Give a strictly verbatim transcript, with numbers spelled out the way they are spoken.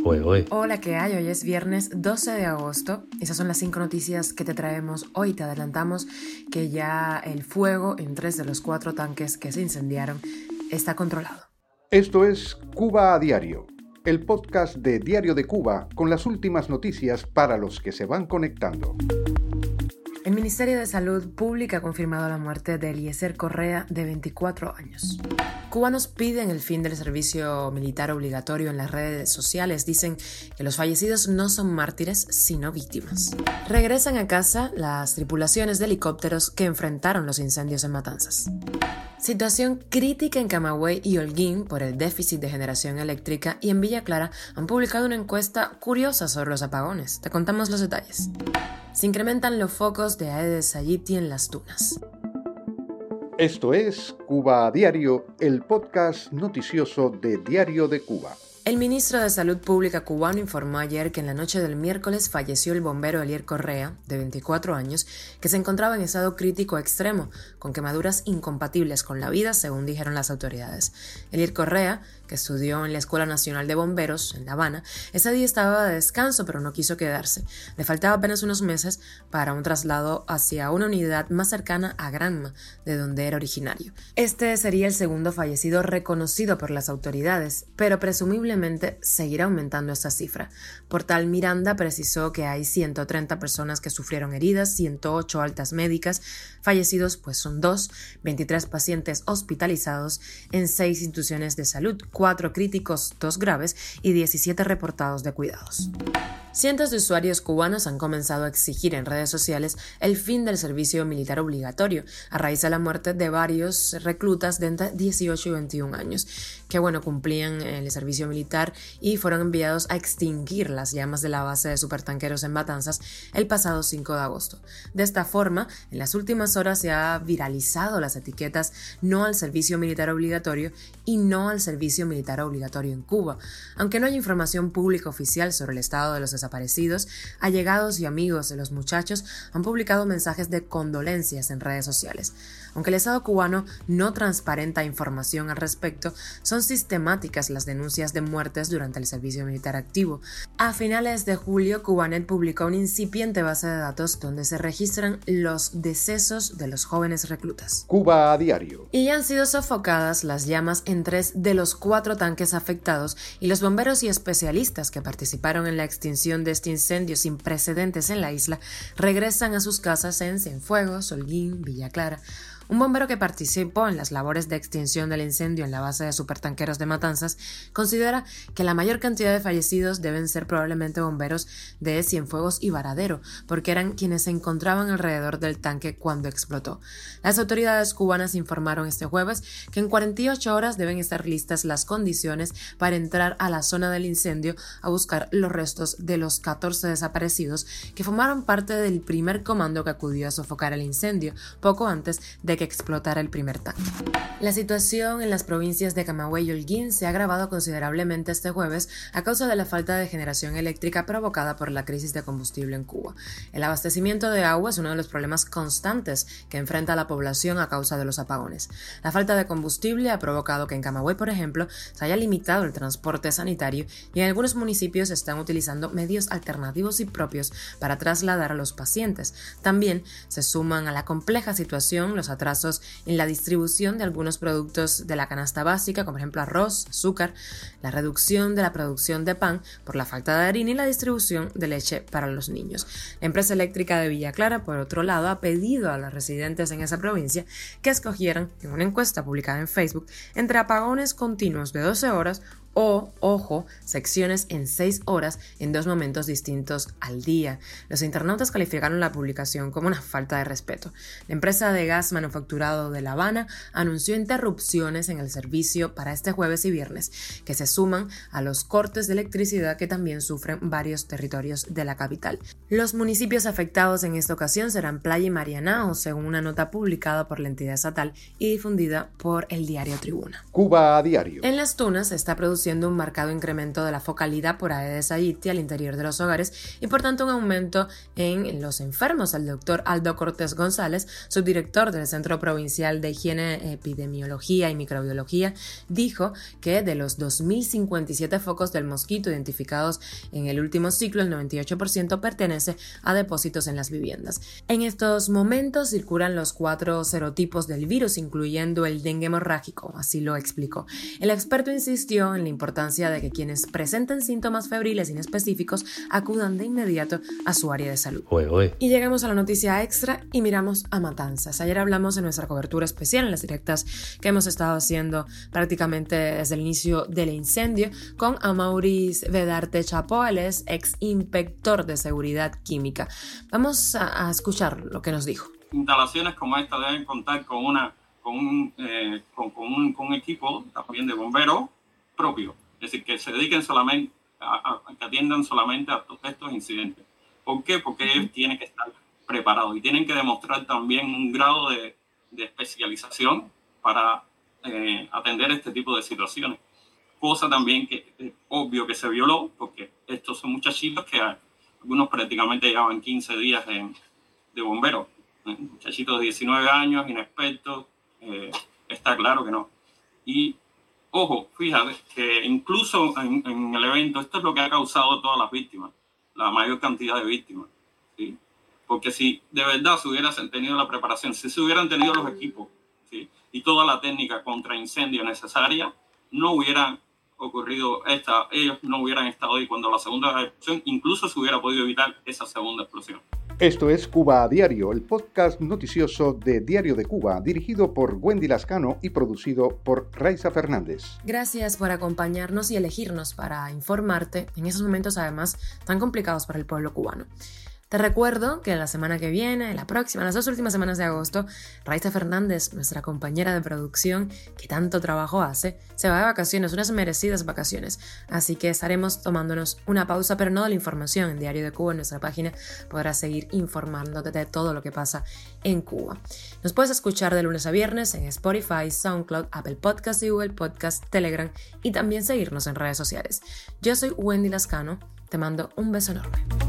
fuego, ¿eh? Hola, ¿qué hay? Hoy es viernes doce de agosto. Esas son las cinco noticias que te traemos hoy. Te adelantamos que ya el fuego en tres de los cuatro tanques que se incendiaron está controlado. Esto es Cuba a Diario, el podcast de Diario de Cuba con las últimas noticias para los que se van conectando. El Ministerio de Salud Pública ha confirmado la muerte de Eliezer Correa, de veinticuatro años. Cubanos piden el fin del servicio militar obligatorio en las redes sociales. Dicen que los fallecidos no son mártires, sino víctimas. Regresan a casa las tripulaciones de helicópteros que enfrentaron los incendios en Matanzas. Situación crítica en Camagüey y Holguín por el déficit de generación eléctrica, y en Villa Clara han publicado una encuesta curiosa sobre los apagones. Te contamos los detalles. Se incrementan los focos de Aedes aegypti en las tunas. Esto es Cuba a Diario, el podcast noticioso de Diario de Cuba. El ministro de Salud Pública cubano informó ayer que en la noche del miércoles falleció el bombero Eliezer Correa, de veinticuatro años, que se encontraba en estado crítico extremo, con quemaduras incompatibles con la vida, según dijeron las autoridades. Eliezer Correa, que estudió en la Escuela Nacional de Bomberos, en La Habana, ese día estaba de descanso, pero no quiso quedarse. Le faltaba apenas unos meses para un traslado hacia una unidad más cercana a Granma, de donde era originario. Este sería el segundo fallecido reconocido por las autoridades, pero presumiblemente seguirá aumentando esta cifra. Portal Miranda precisó que hay ciento treinta personas que sufrieron heridas, ciento ocho altas médicas, fallecidos pues son dos, veintitrés pacientes hospitalizados en seis instituciones de salud, cuatro críticos, dos graves y diecisiete reportados de cuidados. Cientos de usuarios cubanos han comenzado a exigir en redes sociales el fin del servicio militar obligatorio a raíz de la muerte de varios reclutas de entre dieciocho y veintiún años que bueno, cumplían el servicio militar y fueron enviados a extinguir las llamas de la base de supertanqueros en Matanzas el pasado cinco de agosto. De esta forma, en las últimas horas se ha viralizado las etiquetas no al servicio militar obligatorio y no al servicio militar obligatorio en Cuba. Aunque no hay información pública oficial sobre el estado de los desaparecidos, allegados y amigos de los muchachos han publicado mensajes de condolencias en redes sociales. Aunque el Estado cubano no transparenta información al respecto, son sistemáticas las denuncias de muertes durante el servicio militar activo. A finales de julio, Cubanet publicó una incipiente base de datos donde se registran los decesos de los jóvenes reclutas. Cuba a Diario. Y ya han sido sofocadas las llamas en tres de los cuatro tanques afectados, y los bomberos y especialistas que participaron en la extinción de este incendio sin precedentes en la isla regresan a sus casas en Cienfuegos, Holguín, Villa Clara. Un bombero que participó en las labores de extinción del incendio en la base de supertanqueros de Matanzas considera que la mayor cantidad de fallecidos deben ser probablemente bomberos de Cienfuegos y Varadero, porque eran quienes se encontraban alrededor del tanque cuando explotó. Las autoridades cubanas informaron este jueves que en cuarenta y ocho horas deben estar listas las condiciones para entrar a la zona del incendio a buscar los restos de los catorce desaparecidos que formaron parte del primer comando que acudió a sofocar el incendio poco antes de que explotara el primer tanque. La situación en las provincias de Camagüey y Holguín se ha agravado considerablemente este jueves a causa de la falta de generación eléctrica provocada por la crisis de combustible en Cuba. El abastecimiento de agua es uno de los problemas constantes que enfrenta la población a causa de los apagones. La falta de combustible ha provocado que en Camagüey, por ejemplo, se haya limitado el transporte sanitario y en algunos municipios se están utilizando medios alternativos y propios para trasladar a los pacientes. También se suman a la compleja situación los atrasos en la distribución de algunos productos de la canasta básica, como por ejemplo arroz, azúcar, la reducción de la producción de pan por la falta de harina y la distribución de leche para los niños. La empresa eléctrica de Villa Clara, por otro lado, ha pedido a los residentes en esa provincia que escogieran, en una encuesta publicada en Facebook, entre apagones continuos de doce horas o, ojo, secciones en seis horas en dos momentos distintos al día. Los internautas calificaron la publicación como una falta de respeto. La empresa de gas manufacturado de La Habana anunció interrupciones en el servicio para este jueves y viernes, que se suman a los cortes de electricidad que también sufren varios territorios de la capital. Los municipios afectados en esta ocasión serán Playa y Marianao, según una nota publicada por la entidad estatal y difundida por el diario Tribuna. Cuba a Diario. En las tunas se está produciendo produciendo un marcado incremento de la focalidad por Aedes aegypti al interior de los hogares y por tanto un aumento en los enfermos. El doctor Aldo Cortés González, subdirector del Centro Provincial de Higiene, Epidemiología y Microbiología, dijo que de los dos mil cincuenta y siete focos del mosquito identificados en el último ciclo, el noventa y ocho por ciento pertenece a depósitos en las viviendas. En estos momentos circulan los cuatro serotipos del virus, incluyendo el dengue hemorrágico, así lo explicó. El experto insistió en la importancia de que quienes presenten síntomas febriles inespecíficos acudan de inmediato a su área de salud. Oye, oye. Y llegamos a la noticia extra y miramos a Matanzas. Ayer hablamos en nuestra cobertura especial, en las directas que hemos estado haciendo prácticamente desde el inicio del incendio, con Amauris Vedarte Chapo, él es ex inspector de seguridad química. Vamos a, a escuchar lo que nos dijo. Instalaciones como esta deben contar con una con un, eh, con, con, un, con un equipo también de bomberos propio, es decir, que se dediquen solamente a, a que atiendan solamente a todos estos incidentes. ¿Por qué? Porque ellos tienen que estar preparados y tienen que demostrar también un grado de, de especialización para eh, atender este tipo de situaciones. Cosa también que es obvio que se violó, porque estos son muchachitos que algunos prácticamente llevaban quince días de, de bomberos, ¿eh? Muchachitos de diecinueve años, inexpertos. Eh, está claro que no. Y, ojo, fíjate que incluso en, en el evento, esto es lo que ha causado todas las víctimas, la mayor cantidad de víctimas, ¿sí? Porque si de verdad se hubiera tenido la preparación, si se hubieran tenido los equipos, ¿sí? Y toda la técnica contra incendio necesaria, no hubiera ocurrido esta, ellos no hubieran estado ahí cuando la segunda explosión, incluso se hubiera podido evitar esa segunda explosión. Esto es Cuba a Diario, el podcast noticioso de Diario de Cuba, dirigido por Wendy Lascano y producido por Raiza Fernández. Gracias por acompañarnos y elegirnos para informarte en esos momentos además tan complicados para el pueblo cubano. Te recuerdo que la semana que viene, la próxima, las dos últimas semanas de agosto, Raiza Fernández, nuestra compañera de producción que tanto trabajo hace, se va de vacaciones, unas merecidas vacaciones. Así que estaremos tomándonos una pausa, pero no de la información. En Diario de Cuba, en nuestra página, podrás seguir informándote de todo lo que pasa en Cuba. Nos puedes escuchar de lunes a viernes en Spotify, SoundCloud, Apple Podcasts y Google Podcasts, Telegram y también seguirnos en redes sociales. Yo soy Wendy Lascano, te mando un beso enorme.